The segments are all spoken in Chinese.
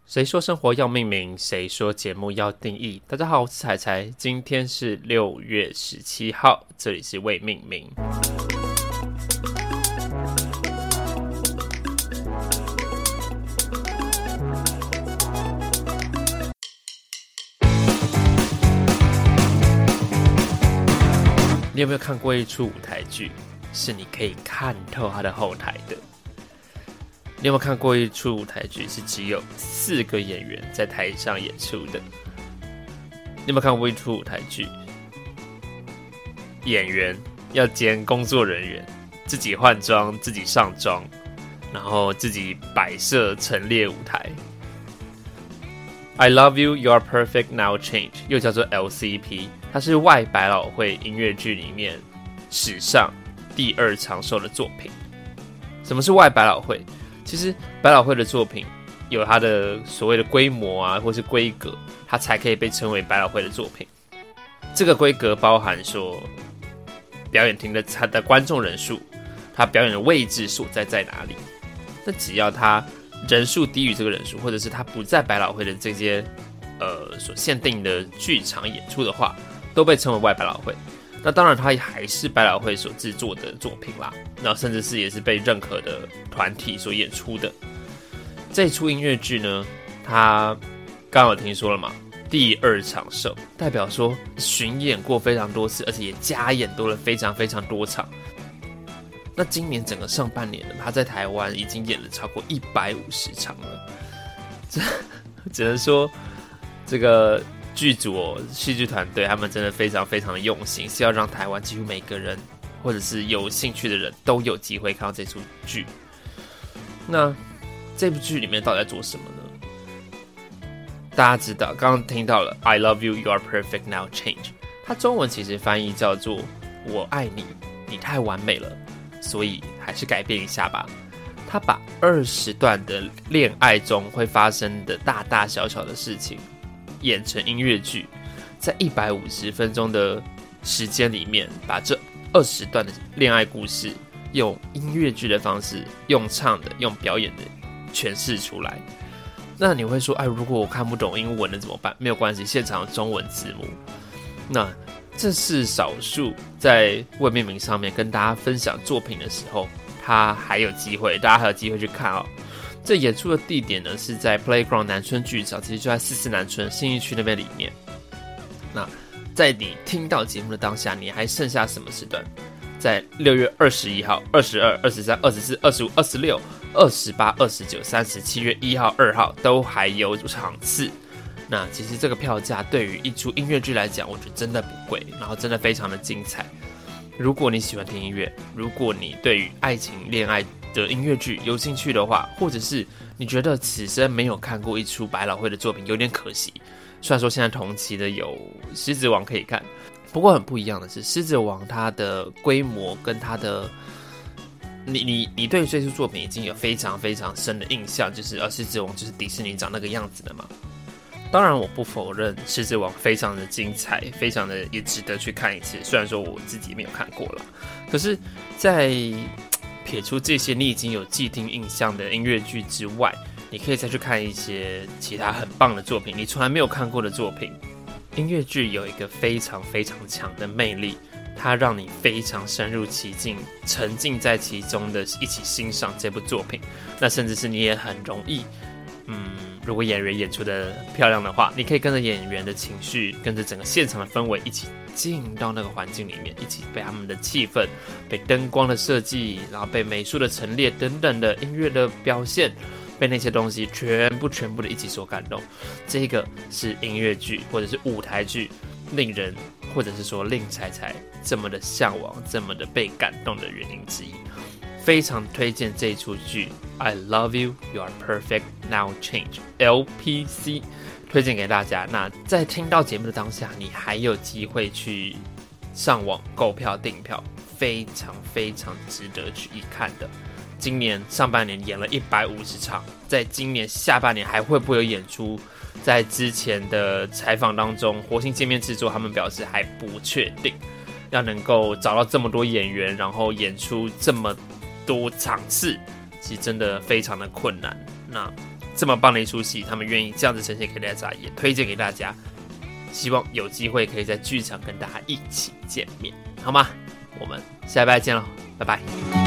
谁说生活要命名？谁说节目要定义？大家好，我是彩彩，今天是6月17号，这里是未命名。你有没有看过一出舞台剧，是你可以看透它的后台的？你有没有看过一出舞台剧是只有4个演员在台上演出的？你有没有看过一出舞台剧，演员要兼工作人员，自己换装、自己上妆，然后自己摆设陈列舞台？I Love You, You're Perfect, Now Change， 又叫做 LCP， 它是外百老汇音乐剧里面史上第2长寿的作品。什么是外百老汇？其实百老汇的作品有它的所谓的规模啊，或是规格，它才可以被称为百老汇的作品。这个规格包含说，表演厅的它的观众人数，它表演的位置所在哪里。那只要它人数低于这个人数，或者是它不在百老汇的这些所限定的剧场演出的话，都被称为外百老汇。那当然，它还是百老汇所制作的作品啦，然后甚至是也是被认可的团体所演出的。这一出音乐剧呢，它刚刚有听说了嘛，第2长寿，代表说巡演过非常多次，而且也加演多了非常非常多场。那今年整个上半年呢，他在台湾已经演了超过150场了，这只能说这个剧组戏剧团队他们真的非常非常的用心，是要让台湾几乎每个人或者是有兴趣的人都有机会看到这出剧。那这部剧里面到底在做什么呢？大家知道，刚刚听到了 I love you, you are perfect, now change， 它中文其实翻译叫做我爱你，你太完美了，所以还是改变一下吧。他把20段的恋爱中会发生的大大小小的事情演成音乐剧，在150分钟的时间里面，把这20段的恋爱故事用音乐剧的方式，用唱的、用表演的诠释出来。那你会说，如果我看不懂英文的怎么办？没有关系，现场有中文字幕。那这是少数在未命名上面跟大家分享作品的时候，大家还有机会去看哦。这演出的地点呢是在 Playground 南村剧场，其实就在44南村信义区那边里面。那在你听到节目的当下，你还剩下什么时段？在6月21号、22、23、24、25、26、28、29、30，7月1号、2号都还有场次。那其实这个票价对于一出音乐剧来讲，我觉得真的不贵，然后真的非常的精彩。如果你喜欢听音乐，如果你对于爱情、恋爱的音乐剧有兴趣的话，或者是你觉得此生没有看过一出百老汇的作品有点可惜，虽然说现在同期的有《狮子王》可以看，不过很不一样的是，《狮子王》它的规模跟它的你对这出作品已经有非常非常深的印象，就是《狮子王》就是迪士尼长那个样子的嘛。当然我不否认《狮子王》非常的精彩，非常的也值得去看一次，虽然说我自己没有看过了，可是在撇除这些你已经有既定印象的音乐剧之外，你可以再去看一些其他很棒的作品，你从来没有看过的作品。音乐剧有一个非常非常强的魅力，它让你非常深入其境，沉浸在其中的一起欣赏这部作品。那甚至是你也很容易如果演员演出的漂亮的话，你可以跟着演员的情绪，跟着整个现场的氛围一起进到那个环境里面，一起被他们的气氛，被灯光的设计，然后被美术的陈列等等的音乐的表现，被那些东西全部的一起所感动。这个是音乐剧或者是舞台剧令人或者是说令彩彩这么的向往，这么的被感动的原因之一。非常推荐这一出剧 I love you, you are perfect, now change LPC 推荐给大家。那在听到节目的当下，你还有机会去上网购票订票，非常非常值得去一看的。今年上半年演了150场，在今年下半年还会不会有演出？在之前的采访当中，火星见面制作他们表示还不确定，要能够找到这么多演员，然后演出这么多场次，其实真的非常的困难。那这么棒的一出戏，他们愿意这样子呈现给大家，也推荐给大家。希望有机会可以在剧场跟大家一起见面，好吗？我们下礼拜见喽，拜拜。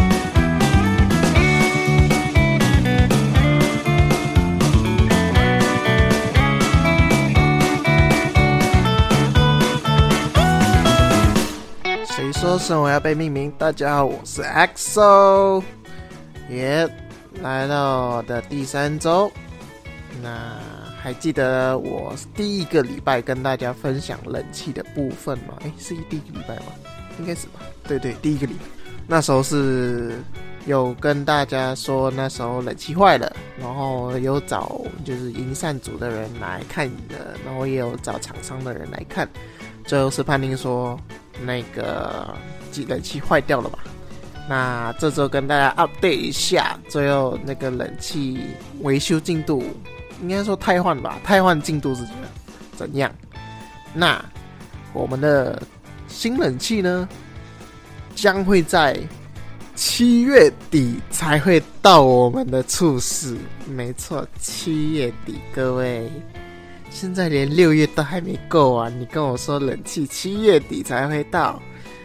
谁说生活要被命名？大家好，我是 EXO， 也来到的第3周。那还记得我第一个礼拜跟大家分享冷气的部分吗？是第一个礼拜吗？应该是吧。对，第一个礼拜。那时候是有跟大家说，那时候冷气坏了，然后有找就是营缮组的人来看的，然后也有找厂商的人来看，最后是判定说那个冷气坏掉了吧。那这周跟大家 update 一下，最后那个冷气维修进度，应该说汰换吧，汰换进度是怎样？那我们的新冷气呢，将会在7月底才会到我们的处室。没错，7月底，各位，现在连6月都还没够啊！你跟我说冷气7月底才会到，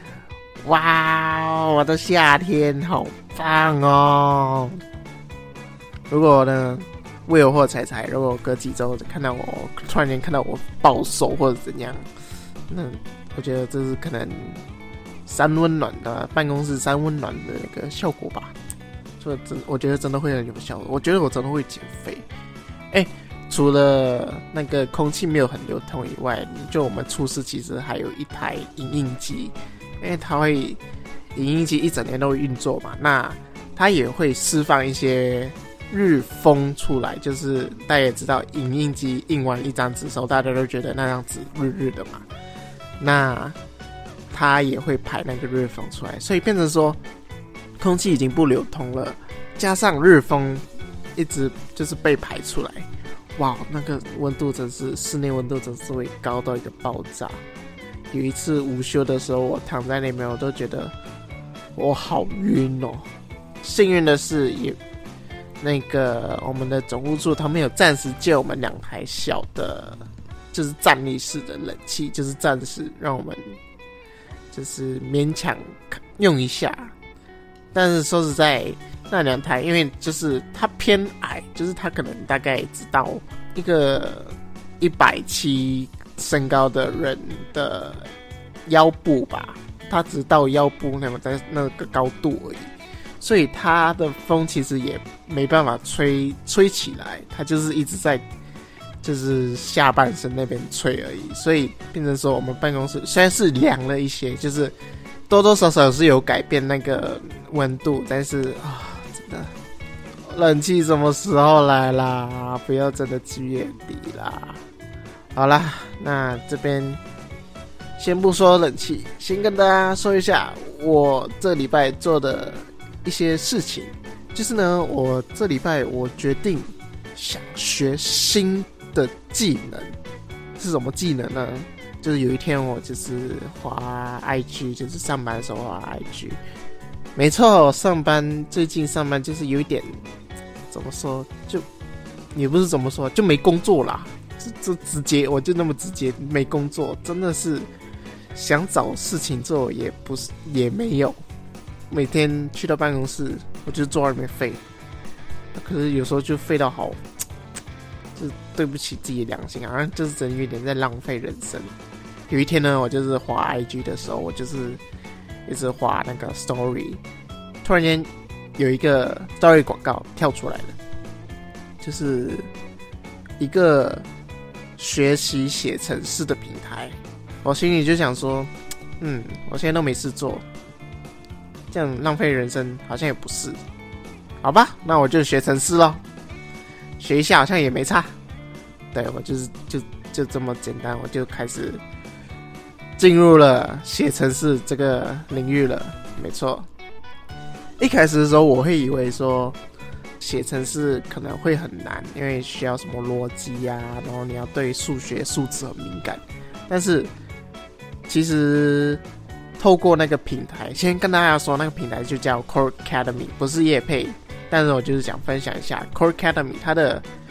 哇，我的夏天好棒哦！如果呢，为我或彩彩，如果隔几周看到我，突然间看到我暴瘦或者怎样，那我觉得这是可能三温暖的办公室三温暖的那个效果吧。我觉得真的会很有效，我觉得我真的会减肥。除了那个空气没有很流通以外，就我们厨师其实还有一台影印机，因为它会影印机一整年都会运作嘛，那它也会释放一些日风出来，就是大家也知道，影印机印完一张纸的时候，大家都觉得那张纸日日的嘛，那它也会排那个日风出来，所以变成说空气已经不流通了，加上日风一直就是被排出来，哇，那个温度真是室内温度真是会高到一个爆炸。有一次午休的时候，我躺在那边，我都觉得我好晕哦。幸运的是，也那个我们的总务处他们有暂时借我们2台小的，就是站立式的冷气，就是暂时让我们就是勉强用一下。但是说实在，那2台因为就是它偏矮，就是它可能大概只到一个170身高的人的腰部吧，它只到腰部那么在那个高度而已，所以它的风其实也没办法吹起来，它就是一直在就是下半身那边吹而已，所以变成说我们办公室虽然是凉了一些，就是多多少少是有改变那个温度，但是真的冷气什么时候来啦？不要真的7月底啦。好啦，那这边先不说冷气，先跟大家说一下我这礼拜做的一些事情。就是呢，我这礼拜我决定想学新的技能。是什么技能呢？就是有一天我就是滑 IG， 就是上班的时候滑 IG。没错，最近上班就是有一点怎么说，就也不是怎么说，就没工作啦。就直接，我就那么直接，没工作，真的是想找事情做也不是也没有。每天去到办公室，我就坐在那边废。可是有时候就废到好，就对不起自己的良心，好像就是真的有点在浪费人生。有一天呢，我就是滑 IG 的时候，我就是一直滑那个 story， 突然间有一个 story 广告跳出来了，就是一个学习写程式的平台。我心里就想说，我现在都没事做，这样浪费人生好像也不是，好吧，那我就学程式咯，学一下好像也没差。对，我就是就这么简单，我就开始进入了写程式这个领域了。没错，一开始的时候我会以为说写程式可能会很难，因为需要什么逻辑啊，然后你要对数学数字很敏感。但是其实透过那个平台，先跟大家说，那个平台就叫 Codecademy， 不是业配，但是我就是想分享一下 Codecademy 它的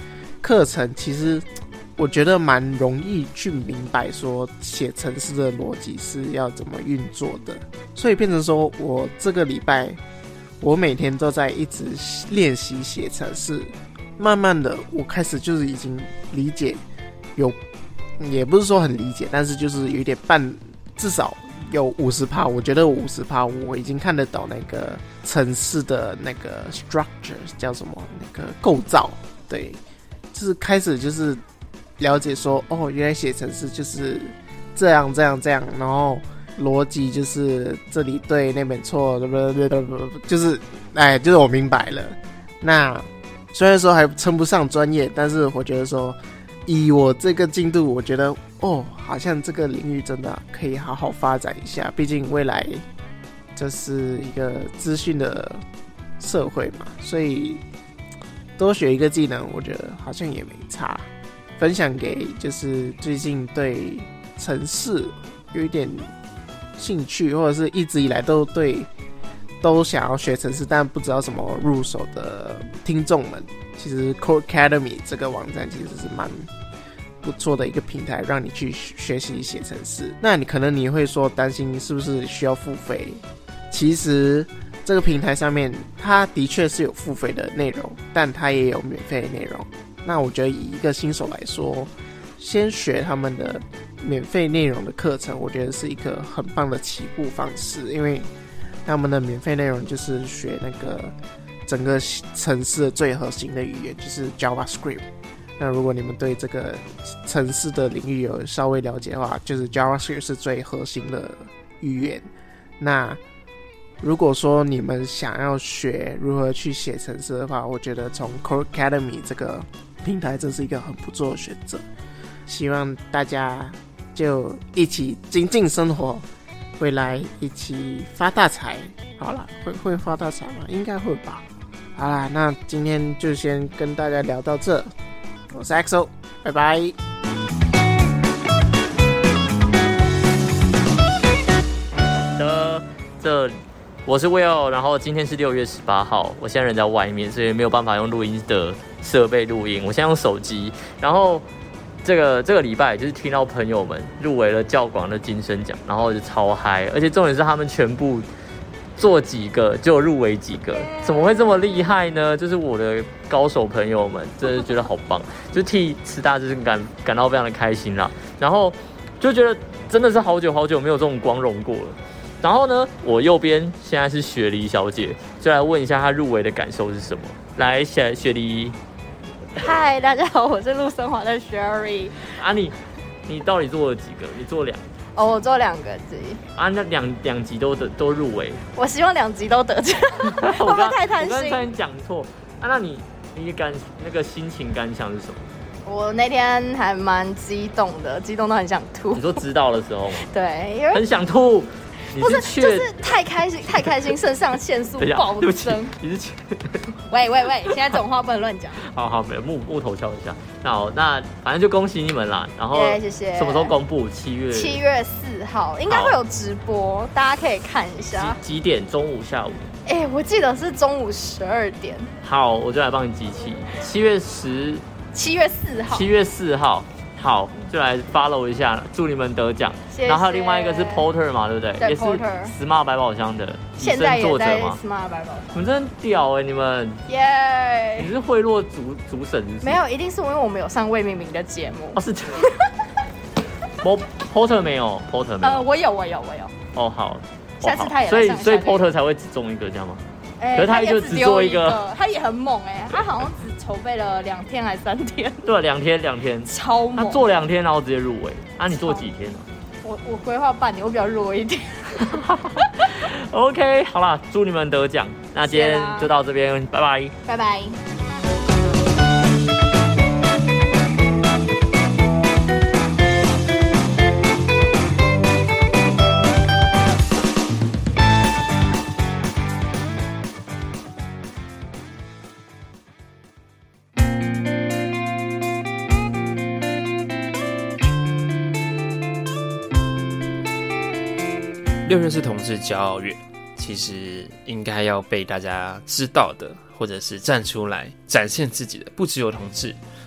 课程其实我觉得蛮容易去明白说写程式的逻辑是要怎么运作的，所以变成说我这个礼拜我每天都在一直练习写程式，慢慢的我开始就是已经理解，也不是说很理解，但是就是有一点至少有 50%， 我觉得 50% 我已经看得懂那个程式的那个 structure 叫什么那个构造，对，就是开始就是了解说原来写程式就是这样，然后逻辑就是这里对那边错，就是就是我明白了。那虽然说还称不上专业，但是我觉得说以我这个进度，我觉得好像这个领域真的可以好好发展一下，毕竟未来这是一个资讯的社会嘛，所以多学一个技能我觉得好像也没差，分享给就是最近对程式有一点兴趣，或者是一直以来都想要学程式但不知道怎么入手的听众们，其实 Codecademy 这个网站其实是蛮不错的一个平台，让你去学习写程式。那你会说担心是不是需要付费，其实这个平台上面它的确是有付费的内容，但它也有免费的内容。那我觉得以一个新手来说，先学他们的免费内容的课程，我觉得是一个很棒的起步方式，因为他们的免费内容就是学那个整个程式的最核心的语言，就是 JavaScript。那如果你们对这个程式的领域有稍微了解的话，就是 JavaScript 是最核心的语言。那如果说你们想要学如何去写程式的话，我觉得从 Codecademy 这个平台这是一个很不错的选择。希望大家就一起精进生活，未来一起发大财。好啦，会发大财吗？应该会吧。好啦，那今天就先跟大家聊到这。我是 XO， 拜拜。 我是 Will， 然后今天是6月18号，我现在人在外面，所以没有办法用录音的设备录音，我现在用手机。然后这个礼拜就是听到朋友们入围了教广的金声奖，然后就超嗨，而且重点是他们全部做几个就入围几个，怎么会这么厉害呢？就是我的高手朋友们真的觉得好棒，就替慈大之声感到非常的开心啦。然后就觉得真的是好久没有这种光荣过了。然后呢，我右边现在是雪梨小姐，就来问一下她入围的感受是什么。来，雪梨。 嗨，大家好，我是陆生华的 Sherry。 啊，你到底做了几个？你做2个。 我做2个集。 啊，那两集都入围。 我希望2集都得奖，会不会太贪心？ 我刚才差点讲错。啊，那你那个心情感想是什么？ 我那天还蛮激动的，激动到很想吐。 你说知道的时候吗？ 对，因为很想吐。 不是，就是太开心，肾上腺素暴增。 你是喂，现在这种话不能乱讲。 好，没有木头敲一下。那反正就恭喜你们啦。然后谢谢。 什么时候公布？7月 4号应该会有直播，大家可以看一下。 几点？中午、下午？ 我记得是中午12点。 好，我就来帮你集气。7月4号。好，就来 follow 一下，祝你们得奖。 谢谢。 然后还有另外一个是 Porter 嘛，对不对？ 对， 也是 Smart 百宝箱的， 现在也在 Smart 百宝箱。你们真屌你们！ 耶！ 你是贿赂主审是？ 没有，一定是因为我们有上未命名的节目。 是这样。Porter 没有 ，Porter 没有。 我有。 好。 下次他也所以 Porter 才会只中一个，这样吗？可是他就只做一个， 他也很猛他好像只筹备了2天还是3天？ 对，2天， 超猛。 他做2天，然后直接入围。啊，你做几天呢？ 我规划半年，我比较弱一点。 OK， 好啦，祝你们得奖。那今天就到这边，拜拜。 拜拜。 6月是同志骄傲月，其实应该要被大家知道的，或者是站出来展现自己的，不只有同志，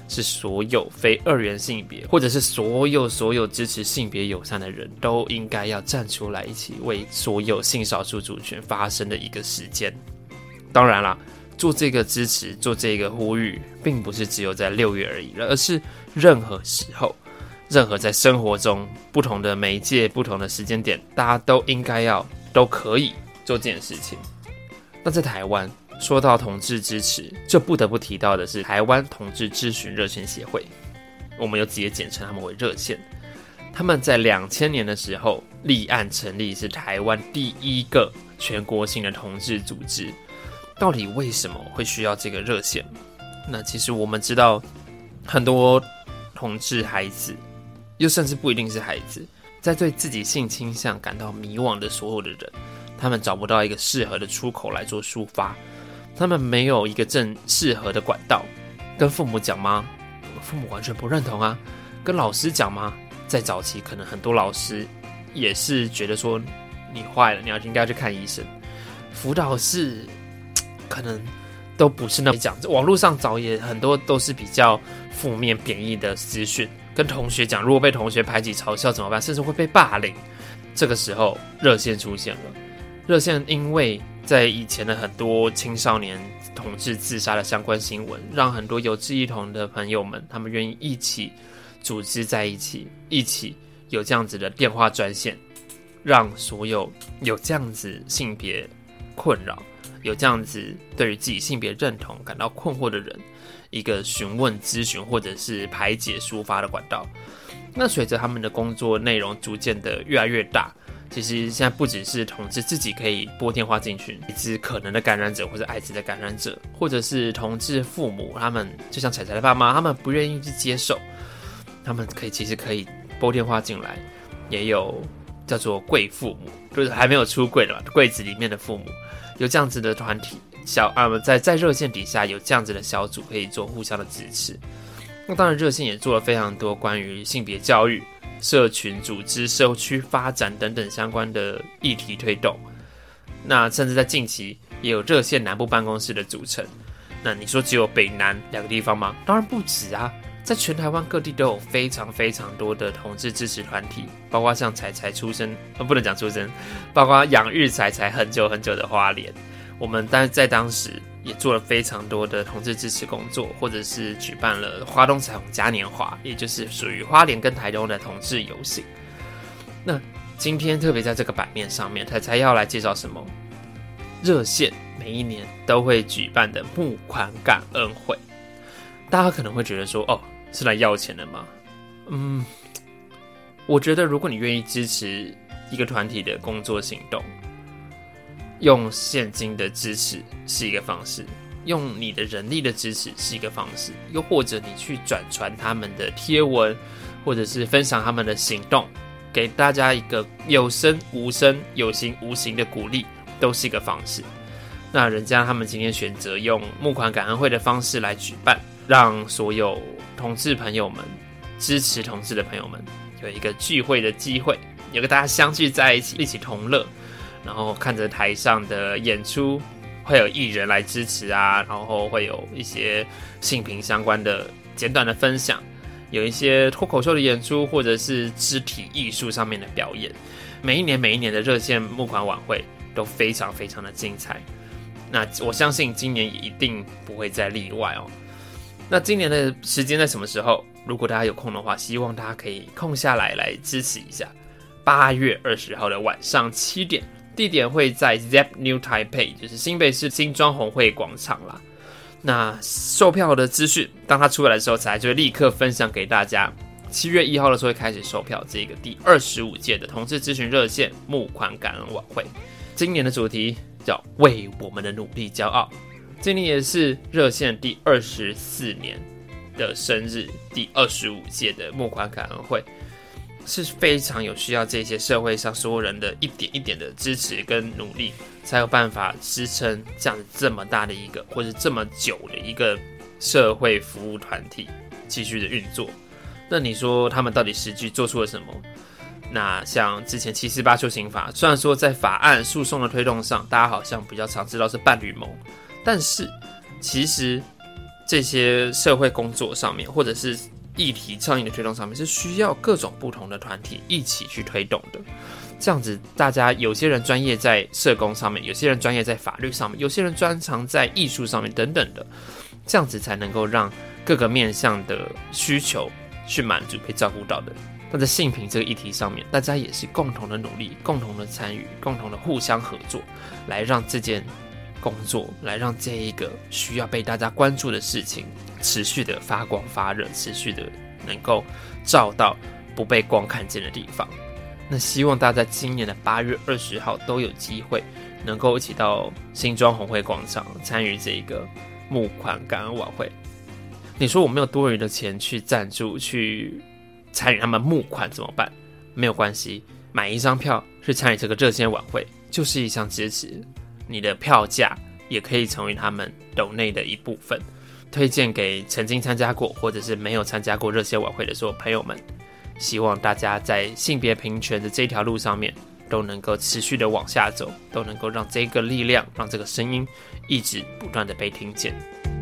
是所有非二元性别，或者是所有支持性别友善的人都应该要站出来，一起为所有性少数族群发声的一个时间。当然啦，做这个支持，做这个呼吁，并不是只有在6月而已，而是任何时候，任何在生活中不同的媒介、不同的时间点，大家都应该都可以做这件事情。那在台湾，说到同志支持，就不得不提到的是台湾同志咨询热线协会，我们有直接简称他们为热线。他们在2000年的时候立案成立，是台湾第一个全国性的同志组织。到底为什么会需要这个热线？那其实我们知道，很多同志孩子，又甚至不一定是孩子，在对自己性倾向感到迷惘的所有的人，他们找不到一个适合的出口来做抒发，他们没有一个正适合的管道。跟父母讲吗？父母完全不认同啊。跟老师讲吗？在早期可能很多老师也是觉得说你坏了，你应该去看医生。辅导室可能都不是那么讲，网络上找也很多都是比较负面贬义的资讯。跟同学讲，如果被同学排挤嘲笑怎么办？甚至会被霸凌。这个时候热线出现了。热线因为在以前的很多青少年同志自杀的相关新闻，让很多有志一同的朋友们，他们愿意一起组织在一起，一起有这样子的电话专线，让所有有这样子性别困扰，有这样子对于自己性别认同感到困惑的人，一个询问咨询或者是排解抒发的管道。那随着他们的工作内容逐渐的越来越大，其实现在不只是同志自己可以拨电话进去，艾滋可能的感染者或者艾滋的感染者，或者是同志父母，他们就像彩彩的爸妈，他们不愿意去接受，他们其实可以拨电话进来。也有叫做贵父母，就是还没有出柜的嘛，柜子里面的父母，有这样子的团体在热线底下有这样子的小组可以做互相的支持。那当然热线也做了非常多关于性别教育、社群组织、社区发展等等相关的议题推动。那甚至在近期也有热线南部办公室的组成。那你说只有北南2个地方吗？当然不止啊，在全台湾各地都有非常非常多的同志支持团体，包括像彩彩出生，不能讲出生，包括养育彩彩很久很久的花莲。我们在当时也做了非常多的同志支持工作，或者是举办了花东彩虹嘉年华，也就是属于花莲跟台东的同志游行。那今天特别在这个版面上面，才要来介绍什么？热线每一年都会举办的募款感恩会。大家可能会觉得说，哦，是来要钱的吗？我觉得如果你愿意支持一个团体的工作行动，用现金的支持是一个方式，用你的人力的支持是一个方式，又或者你去转传他们的贴文，或者是分享他们的行动，给大家一个有声无声、有形无形的鼓励，都是一个方式。那人家他们今天选择用募款感恩会的方式来举办，让所有同志朋友们、支持同志的朋友们有一个聚会的机会，有个大家相聚在一起，一起同乐。然后看着台上的演出，会有艺人来支持啊，然后会有一些性平相关的简短的分享，有一些脱口秀的演出，或者是肢体艺术上面的表演。每一年的热线募款晚会都非常非常的精彩。那我相信今年也一定不会再例外哦。那今年的时间在什么时候？如果大家有空的话，希望大家可以空下来支持一下。8月20号的晚上7点。地点会在 Zepp New Taipei， 就是新北市新庄红会广场啦。那售票的资讯，当它出来的时候，才就会立刻分享给大家。7月1号的时候会开始售票这个第25届的同志咨询热线募款感恩晚会。今年的主题叫为我们的努力骄傲。今年也是热线第24年的生日，第25届的募款感恩会。是非常有需要这些社会上所有人的一点一点的支持跟努力，才有办法支撑这样这么大的一个或者这么久的一个社会服务团体继续的运作。那你说他们到底实际做出了什么？那像之前748修刑法，虽然说在法案诉讼的推动上，大家好像比较常知道是伴侣盟，但是其实这些社会工作上面，或者是议题倡议的推动上面，是需要各种不同的团体一起去推动的。这样子，大家有些人专业在社工上面，有些人专业在法律上面，有些人专长在艺术上面等等的，这样子才能够让各个面向的需求去满足被照顾到的。那在性平这个议题上面，大家也是共同的努力、共同的参与、共同的互相合作，来让这件工作，来让这一个需要被大家关注的事情持续的发光发热，持续的能够照到不被光看见的地方。那希望大家在今年的8月20号都有机会能够一起到新庄红会广场参与这个募款感恩晚会。你说我没有多余的钱去赞助去参与他们募款怎么办？没有关系，买一张票去参与这个热线晚会就是一项支持，你的票价也可以成为他们斗内的一部分，推荐给曾经参加过或者是没有参加过热线晚会的所有朋友们。希望大家在性别平权的这条路上面都能够持续的往下走，都能够让这个力量，让这个声音一直不断的被听见。